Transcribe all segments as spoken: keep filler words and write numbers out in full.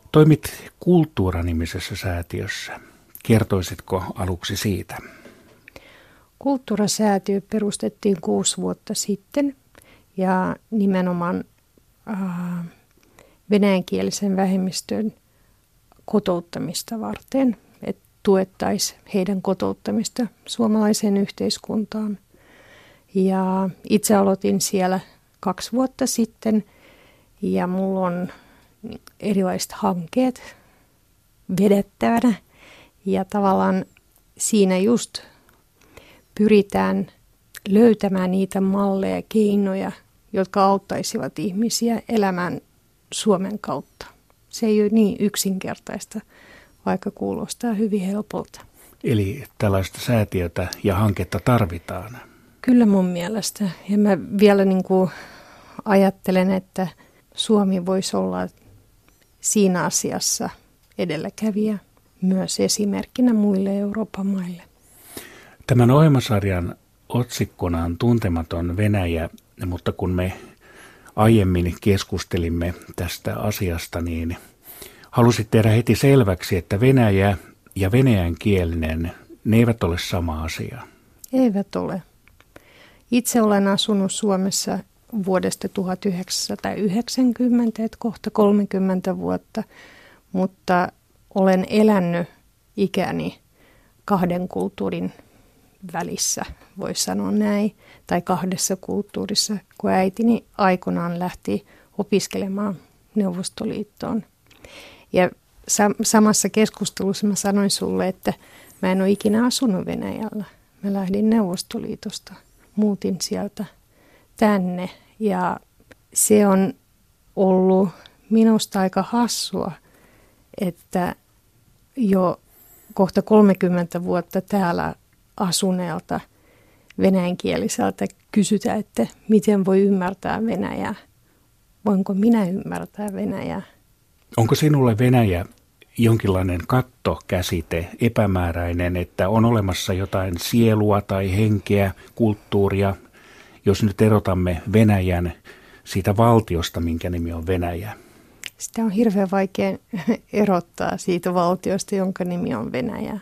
Toimit Kultura-nimisessä säätiössä. Kertoisitko aluksi siitä? Kultura-säätiö perustettiin kuusi vuotta sitten ja nimenomaan äh, venäjänkielisen vähemmistön kotouttamista varten, että tuettaisiin heidän kotouttamista suomalaiseen yhteiskuntaan. Ja itse aloitin siellä kaksi vuotta sitten ja mulla on erilaiset hankkeet vedettävänä ja tavallaan siinä just pyritään löytämään niitä malleja ja keinoja, jotka auttaisivat ihmisiä elämään Suomen kautta. Se ei ole niin yksinkertaista, vaikka kuulostaa hyvin helpolta. Eli tällaista säätiötä ja hanketta tarvitaan. Kyllä mun mielestä. Ja mä vielä niin kuin ajattelen, että Suomi voisi olla siinä asiassa edelläkävijä myös esimerkkinä muille Euroopan maille. Tämän ohjelmasarjan otsikkona on Tuntematon Venäjä, mutta kun me aiemmin keskustelimme tästä asiasta, niin halusit tehdä heti selväksi, että Venäjä ja venäjänkielinen, ne eivät ole sama asia. Eivät ole. Itse olen asunut Suomessa vuodesta tuhatyhdeksänsataayhdeksänkymmentä, että kohta kolmekymmentä vuotta, mutta olen elänyt ikäni kahden kulttuurin välissä, voisi sanoa näin, tai kahdessa kulttuurissa, kun äitini aikoinaan lähti opiskelemaan Neuvostoliittoon. Ja sa- samassa keskustelussa mä sanoin sulle, että mä en ole ikinä asunut Venäjällä. Mä lähdin Neuvostoliitosta, muutin sieltä tänne ja se on ollut minusta aika hassua, että jo kohta kolmekymmentä vuotta täällä asuneelta venäjänkieliseltä kysytään, että miten voi ymmärtää Venäjää. Voinko minä ymmärtää Venäjää? Onko sinulle Venäjä jonkinlainen kattokäsite, epämääräinen, että on olemassa jotain sielua tai henkeä, kulttuuria, jos nyt erotamme Venäjän siitä valtiosta, minkä nimi on Venäjä? Sitä on hirveän vaikea erottaa siitä valtiosta, jonka nimi on Venäjä.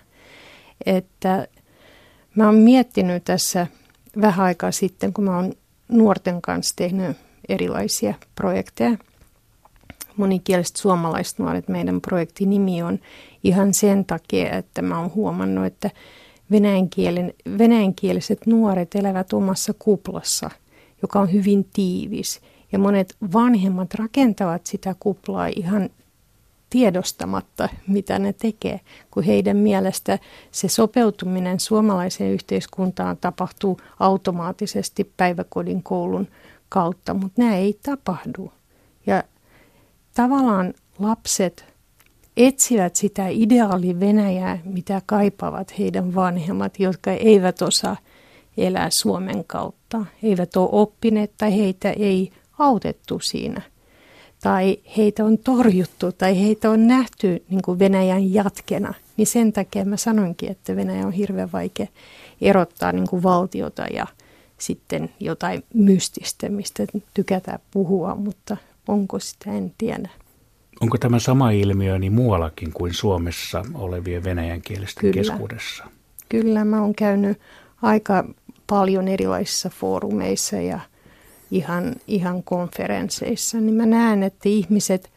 Että mä oon miettinyt tässä vähän aikaa sitten, kun mä oon nuorten kanssa tehnyt erilaisia projekteja. Monikieliset suomalaiset nuoret, meidän projektin nimi on ihan sen takia, että mä oon huomannut, että venäjänkielen, venäjänkieliset nuoret elävät omassa kuplassa, joka on hyvin tiivis. Ja monet vanhemmat rakentavat sitä kuplaa ihan tiedostamatta, mitä ne tekee, kun heidän mielestä se sopeutuminen suomalaiseen yhteiskuntaan tapahtuu automaattisesti päiväkodin koulun kautta, mutta nämä ei tapahdu. Ja tavallaan lapset etsivät sitä ideaali Venäjää, mitä kaipaavat heidän vanhemmat, jotka eivät osaa elää Suomen kautta, eivät ole oppineet tai heitä ei autettu siinä. Tai heitä on torjuttu tai heitä on nähty niin kuin Venäjän jatkena, niin sen takia mä sanoinkin, että Venäjä on hirveän vaikea erottaa niin kuin valtiota ja sitten jotain mystistä, mistä tykätään puhua, mutta onko sitä, en tiedä. Onko tämä sama ilmiö niin muuallakin kuin Suomessa olevien venäjänkielisten Kyllä. keskuudessa? Kyllä, mä oon käynyt aika paljon erilaisissa foorumeissa ja ihan, ihan konferensseissa, niin mä näen, että ihmiset,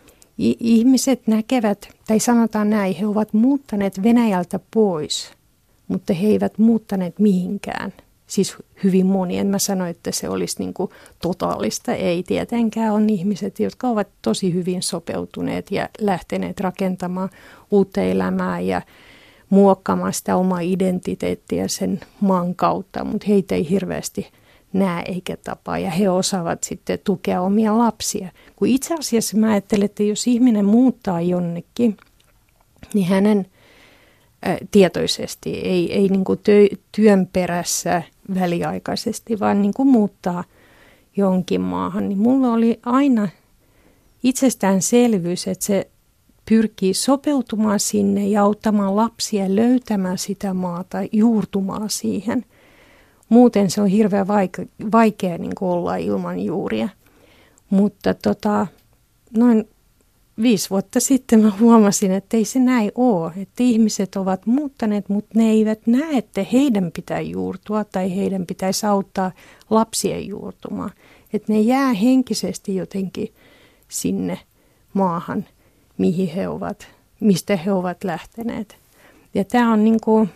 ihmiset näkevät, tai sanotaan näin, he ovat muuttaneet Venäjältä pois, mutta he eivät muuttaneet mihinkään. Siis hyvin moni, en mä sano, että se olisi niin kuin totaalista, ei tietenkään. On ihmiset, jotka ovat tosi hyvin sopeutuneet ja lähteneet rakentamaan uutta elämää ja muokkaamaan sitä omaa identiteettiä sen maan kautta, mutta heitä ei hirveästi näe eikä tapaa ja he osaavat sitten tukea omia lapsia. Kun itse asiassa mä ajattelen, että jos ihminen muuttaa jonnekin, niin hänen ä, tietoisesti, ei, ei niin kuin työ, työn perässä väliaikaisesti, vaan niin kuin muuttaa jonkin maahan, niin mulla oli aina itsestäänselvyys, että se pyrkii sopeutumaan sinne ja auttamaan lapsia löytämään sitä maata, juurtumaan siihen. Muuten se on hirveän vaikea, vaikea niin kuin olla ilman juuria. Mutta tota, noin viisi vuotta sitten mä huomasin, että ei se näin ole. Että ihmiset ovat muuttaneet, mutta ne eivät näe, että heidän pitää juurtua tai heidän pitäisi auttaa lapsien juurtumaan. Että ne jää henkisesti jotenkin sinne maahan, mihin he ovat, mistä he ovat lähteneet. Ja tämä on niin kuin,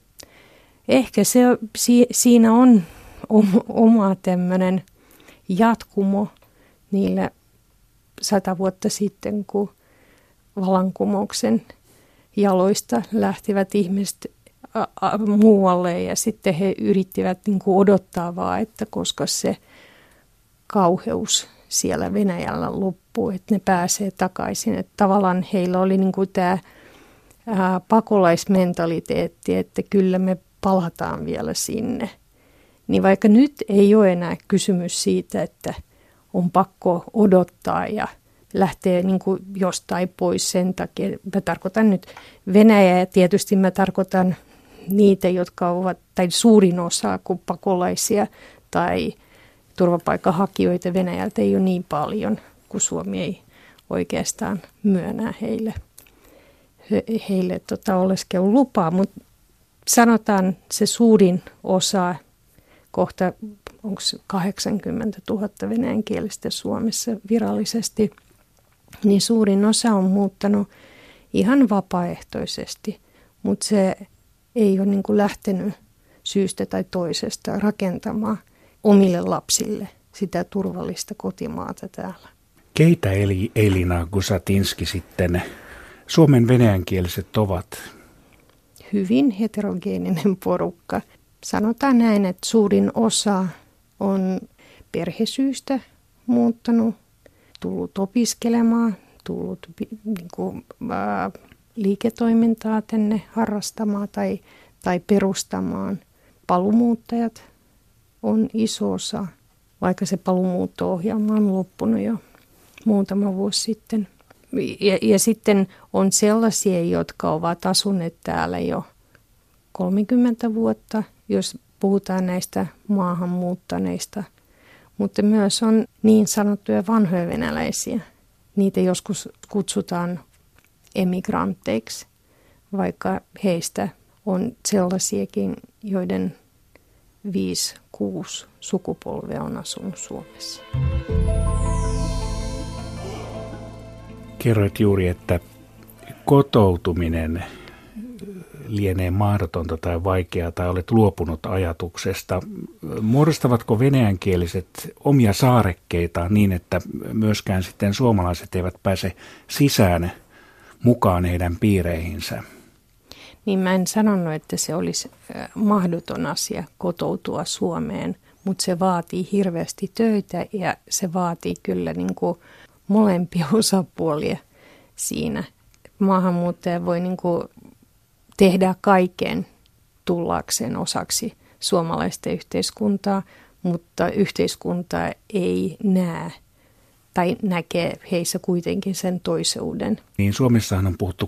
ehkä se, si, siinä on oma tämmöinen jatkumo niille sata vuotta sitten, kun vallankumouksen jaloista lähtivät ihmiset a, a, muualle ja sitten he yrittivät niin kuin odottaa vaan, että koska se kauheus siellä Venäjällä loppuu, että ne pääsee takaisin. Että tavallaan heillä oli niin kuin tämä ää, pakolaismentaliteetti, että kyllä me palataan vielä sinne. Niin vaikka nyt ei ole enää kysymys siitä, että on pakko odottaa ja lähtee niin kuin jostain pois sen takia. Mä tarkoitan nyt Venäjää ja tietysti mä tarkoitan niitä, jotka ovat, tai suurin osa kuin pakolaisia tai turvapaikanhakijoita Venäjältä ei ole niin paljon, kun Suomi ei oikeastaan myönnä heille, he, heille tota oleskelulupaa. Mutta sanotaan se suurin osa, kohta onko kahdeksankymmentätuhatta venäjänkielistä Suomessa virallisesti, niin suurin osa on muuttanut ihan vapaaehtoisesti, mutta se ei ole niin kuin lähtenyt syystä tai toisesta rakentamaan omille lapsille sitä turvallista kotimaata täällä. Keitä eli Elina Gusatinski sitten Suomen venäjänkieliset ovat? Hyvin heterogeeninen porukka. Sanotaan näin, että suurin osa on perhesyystä muuttanut, tullut opiskelemaan, tullut niin kuin, ää, liiketoimintaa tänne harrastamaan tai, tai perustamaan. Paluumuuttajat on iso osa, vaikka se paluumuutto-ohjelma on loppunut jo muutama vuosi sitten. Ja, ja sitten on sellaisia, jotka ovat asuneet täällä jo kolmekymmentä vuotta, jos puhutaan näistä maahanmuuttaneista. Mutta myös on niin sanottuja vanhoja venäläisiä. Niitä joskus kutsutaan emigrantteiksi, vaikka heistä on sellaisiakin, joiden viisi, kuusi sukupolvea on asunut Suomessa. Kerroit juuri, että kotoutuminen lienee mahdotonta tai vaikeaa tai olet luopunut ajatuksesta. Muodostavatko venäjänkieliset omia saarekkeitaan niin, että myöskään sitten suomalaiset eivät pääse sisään mukaan heidän piireihinsä? Niin mä en sanonut, että se olisi mahdoton asia kotoutua Suomeen, mutta se vaatii hirveästi töitä ja se vaatii kyllä niin kuin molempia osapuolia siinä. Maahanmuuttaja voi niin kuin tehdä kaiken tullakseen osaksi suomalaista yhteiskuntaa, mutta yhteiskunta ei näe tai näkee heissä kuitenkin sen toiseuden. Niin Suomessahan on puhuttu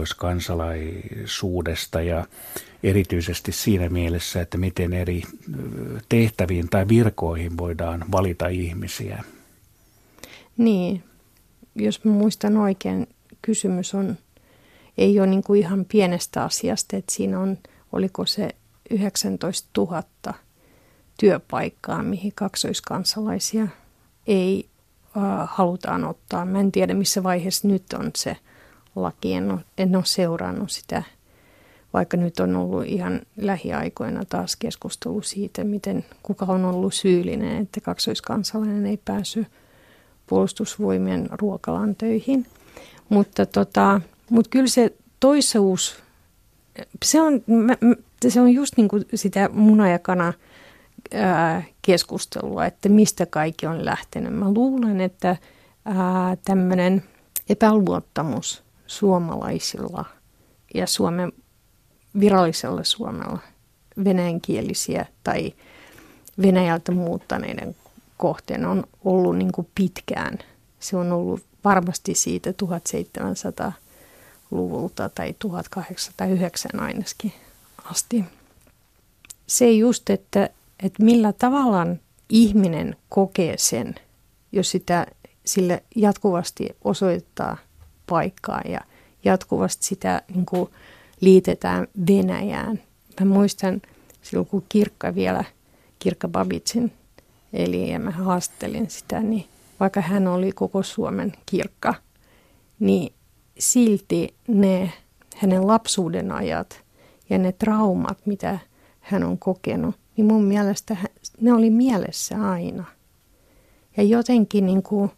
kaksoiskansalaisuudesta ja erityisesti siinä mielessä, että miten eri tehtäviin tai virkoihin voidaan valita ihmisiä. Niin, jos mä muistan oikein, kysymys on, ei ole niin kuin ihan pienestä asiasta, että siinä on, oliko se yhdeksäntoistatuhatta työpaikkaa, mihin kaksoiskansalaisia ei äh, halutaan ottaa. Mä en tiedä, missä vaiheessa nyt on se laki, en ole, en ole seurannut sitä, vaikka nyt on ollut ihan lähiaikoina taas keskustelu siitä, miten kuka on ollut syyllinen, että kaksoiskansalainen ei päässyt puolustusvoimien ruokalan töihin. Mutta tota, mut kyllä se toisuus, se on, mä, se on just niin kuin sitä muna ja kana ää, keskustelua, että mistä kaikki on lähtenyt. Mä luulen, että tämmöinen epäluottamus suomalaisilla ja Suomen virallisella Suomella venäjänkielisiä tai Venäjältä muuttaneiden kohteen on ollut niin kuin pitkään. Se on ollut varmasti siitä tuhatseitsemänsataaluvulta tai tuhatkahdeksansataayhdeksän ainakin asti. Se just, että, että millä tavalla ihminen kokee sen, jos sitä sille jatkuvasti osoittaa paikkaan ja jatkuvasti sitä niin kuin liitetään Venäjään. Mä muistan silloin, kun Kirkka vielä, Kirkka Babitsin, eli ja mä haastelin sitä, niin vaikka hän oli koko Suomen kirkka, niin silti ne hänen lapsuuden ajat ja ne traumat, mitä hän on kokenut, niin mun mielestä ne oli mielessä aina. Ja jotenkin niin kuin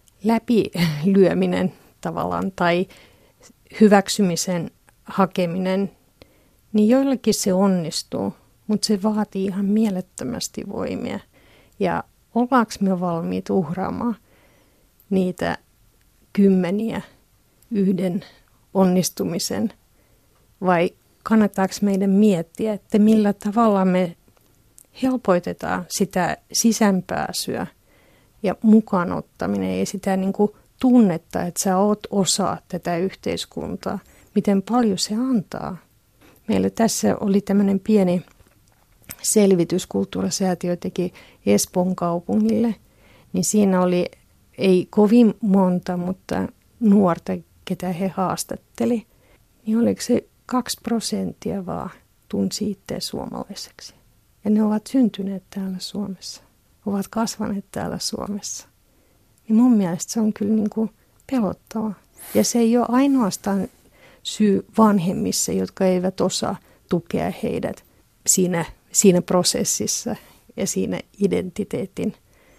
läpilyöminen tavallaan tai hyväksymisen hakeminen, niin joillekin se onnistuu, mutta se vaatii ihan mielettömästi voimia. Ja ollaanko me valmiit uhraamaan niitä kymmeniä yhden onnistumisen vai kannattaako meidän miettiä, että millä tavalla me helpoitetaan sitä sisäänpääsyä ja mukaanottaminen ja sitä niin kuin tunnetta, että sä oot osa tätä yhteiskuntaa, miten paljon se antaa. Meillä tässä oli tämmöinen pieni selvitys, kulttuurisäätiö teki Espoon kaupungille, niin siinä oli ei kovin monta, mutta nuorta, ketä he haastatteli, niin oliko se kaksi prosenttia vaan tunsi itseä suomalaiseksi. Ja ne ovat syntyneet täällä Suomessa, ovat kasvaneet täällä Suomessa. Niin mun mielestä se on kyllä niin kuin pelottava. Ja se ei ole ainoastaan syy vanhemmissa, jotka eivät osaa tukea heidät siinä, siinä prosessissa ja siinä identiteetin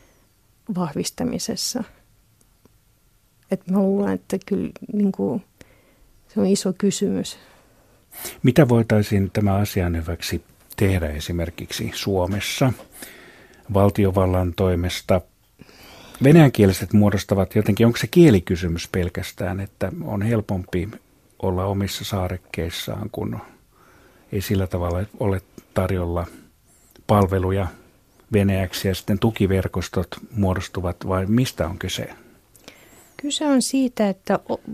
vahvistamisessa. Et mä luulen, että kyllä niin kuin, se on iso kysymys. Mitä voitaisiin tämä asian hyväksi tehdä esimerkiksi Suomessa valtiovallan toimesta? Venäjänkieliset muodostavat jotenkin, onko se kielikysymys pelkästään, että on helpompi olla omissa saarekkeissaan, kun ei sillä tavalla ole tarjolla palveluja venäjäksi ja sitten tukiverkostot muodostuvat, vai mistä on kyse? Kyse on siitä, että,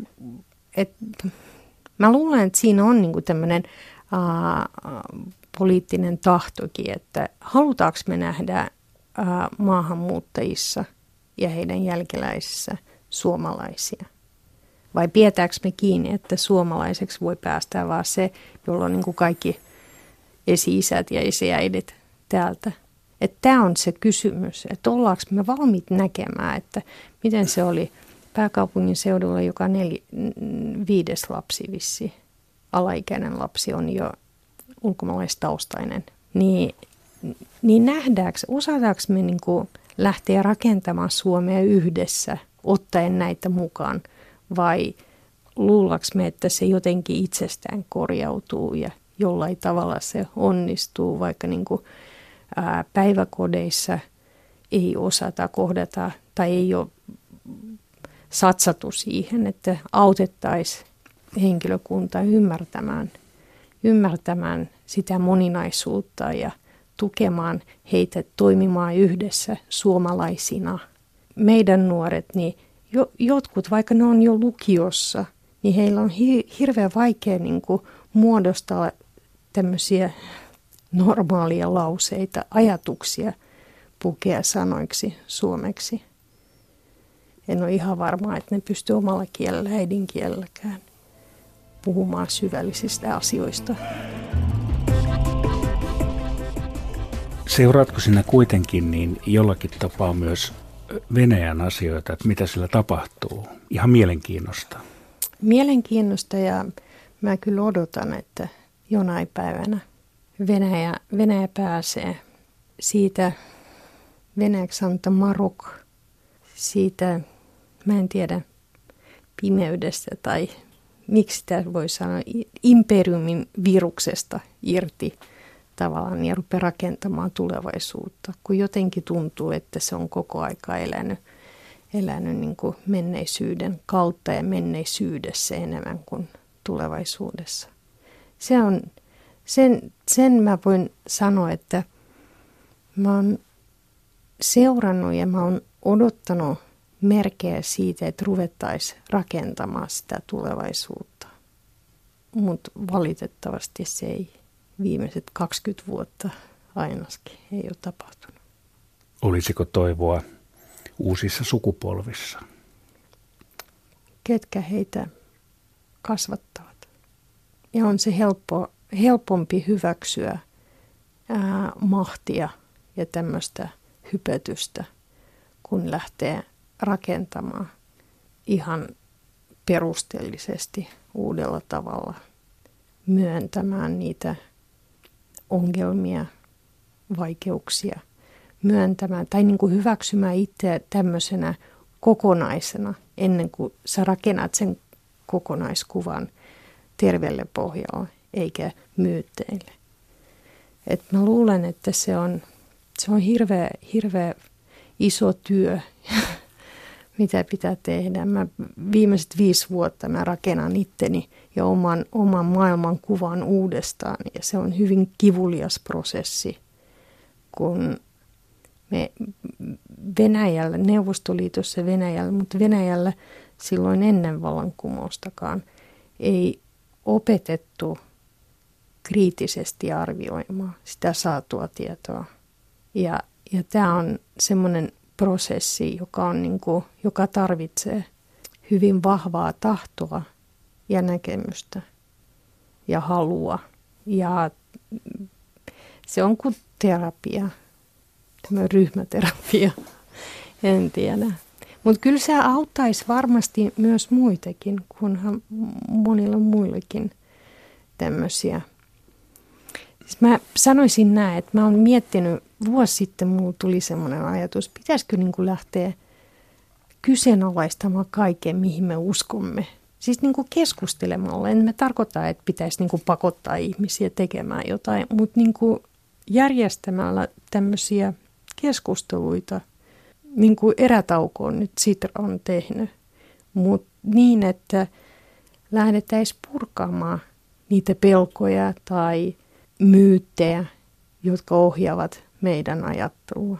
että mä luulen, että siinä on niin kuin tämmöinen ää, poliittinen tahtokin, että halutaanko me nähdä ää, maahanmuuttajissa ja heidän jälkeläisissä suomalaisia. Vai pidetäänkö me kiinni, että suomalaiseksi voi päästä vaan se, jolla on niin kuin kaikki esi-isät ja esiäidit täältä. Tämä on se kysymys, että ollaanko me valmiit näkemään, että miten se oli pääkaupungin seudulla, joka neli, viides lapsi vissi, alaikäinen lapsi on jo ulkomaalaistaustainen. Niin, niin nähdäänkö, osataanko me niin kuin lähteä rakentamaan Suomea yhdessä, ottaen näitä mukaan, vai luullaanko me, että se jotenkin itsestään korjautuu ja jollain tavalla se onnistuu, vaikka niin kuin, ää, päiväkodeissa ei osata kohdata tai ei ole satsattu siihen, että autettaisiin henkilökuntaa ymmärtämään, ymmärtämään sitä moninaisuutta ja tukemaan heitä toimimaan yhdessä suomalaisina. Meidän nuoret, niin jo, jotkut, vaikka ne on jo lukiossa, niin heillä on hi, hirveän vaikea niin kuin muodostaa tämmöisiä normaalia lauseita, ajatuksia pukea sanoiksi suomeksi. En ole ihan varma, että ne pystyy omalla kielellä, äidinkielelläkään puhumaan syvällisistä asioista. Seuraatko sinä kuitenkin niin jollakin tapaa myös Venäjän asioita, että mitä sillä tapahtuu? Ihan mielenkiinnosta. Mielenkiinnosta ja mä kyllä odotan, että jonain päivänä Venäjä, Venäjä pääsee siitä venäjäksi sanotaan Marok, siitä mä en tiedä pimeydestä tai miksi sitä voi sanoa imperiumin viruksesta irti tavallaan ja rupeaa rakentamaan tulevaisuutta, kun jotenkin tuntuu, että se on koko aika elänyt, elänyt niin kuin menneisyyden kautta ja menneisyydessä enemmän kuin tulevaisuudessa. Se on, sen, sen mä voin sanoa, että mä oon seurannut ja mä oon odottanut merkkejä siitä, että ruvettaisiin rakentamaan sitä tulevaisuutta. Mutta valitettavasti se ei viimeiset kaksikymmentä vuotta ainakin ei ole tapahtunut. Olisiko toivoa uusissa sukupolvissa? ketkä heitä kasvattavat. Ja on se helppo, helpompi hyväksyä ää, mahtia ja tämmöistä hypetystä, kun lähtee rakentamaan ihan perusteellisesti uudella tavalla, myöntämään niitä ongelmia, vaikeuksia, myöntämään tai niin kuin hyväksymään itseä tämmöisenä kokonaisena ennen kuin sä rakennat sen kokonaiskuvan terveelle pohjalle eikä myytteille. Et mä luulen, että se on, se on hirveä, hirveä iso työ, mitä pitää tehdä. Mä viimeiset viisi vuotta mä rakennan itteni ja oman, oman maailman kuvan uudestaan. Ja se on hyvin kivulias prosessi, kun me Venäjällä, Neuvostoliitossa Venäjällä, mutta Venäjällä silloin ennen vallankumoustakaan ei opetettu kriittisesti arvioimaan sitä saatua tietoa. Ja, ja tämä on semmoinen prosessi, joka, on niin kuin, joka tarvitsee hyvin vahvaa tahtoa ja näkemystä ja halua. Ja se on kuin terapia, tämä ryhmäterapia, en tiedä. Mutta kyllä se auttaisi varmasti myös muitakin, kunhan monilla muillekin tämmöisiä. Siis mä sanoisin näin, että mä oon miettinyt, vuosi sitten mulla tuli semmoinen ajatus, pitäisikö niin kuin lähteä kyseenalaistamaan kaiken, mihin me uskomme. Siis niin kuin keskustelemalla. En mä tarkoita, että pitäisi niin kuin pakottaa ihmisiä tekemään jotain, mutta niin kuin järjestämällä tämmöisiä keskusteluita, niin kuin erätaukoon nyt Sitra on tehnyt, mutta niin, että lähdettäisiin purkaamaan niitä pelkoja tai myyttejä, jotka ohjaavat meidän ajattelua.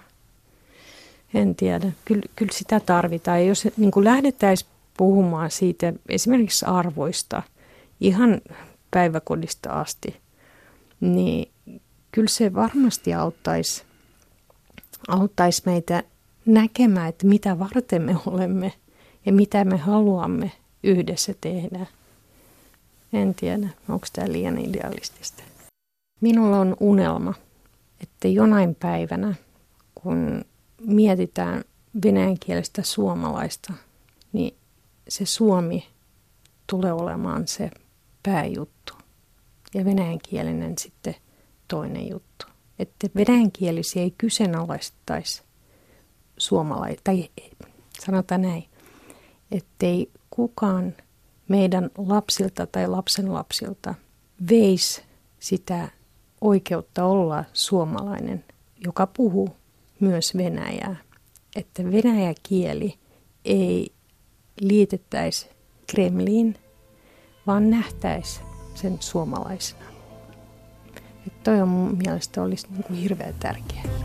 En tiedä. Kyllä, kyllä sitä tarvitaan. Ja jos niin kuin lähdettäisiin puhumaan siitä esimerkiksi arvoista ihan päiväkodista asti, niin kyllä se varmasti auttaisi, auttaisi meitä näkemään, että mitä varten me olemme ja mitä me haluamme yhdessä tehdä. En tiedä, onko tämä liian idealistista. Minulla on unelma, että jonain päivänä, kun mietitään venäjänkielistä suomalaista, niin se suomi tulee olemaan se pääjuttu ja venäjänkielinen sitten toinen juttu. Että venäjänkielisiä ei kyseenalaistaisi suomalaisia, tai sanotaan näin, ettei kukaan meidän lapsilta tai lapsenlapsilta veisi sitä oikeutta olla suomalainen, joka puhuu myös venäjää. Että venäjä kieli ei liitettäisi Kremliin, vaan nähtäisi sen suomalaisena. Että toi on mun mielestä olisi niin kuin hirveän tärkeää.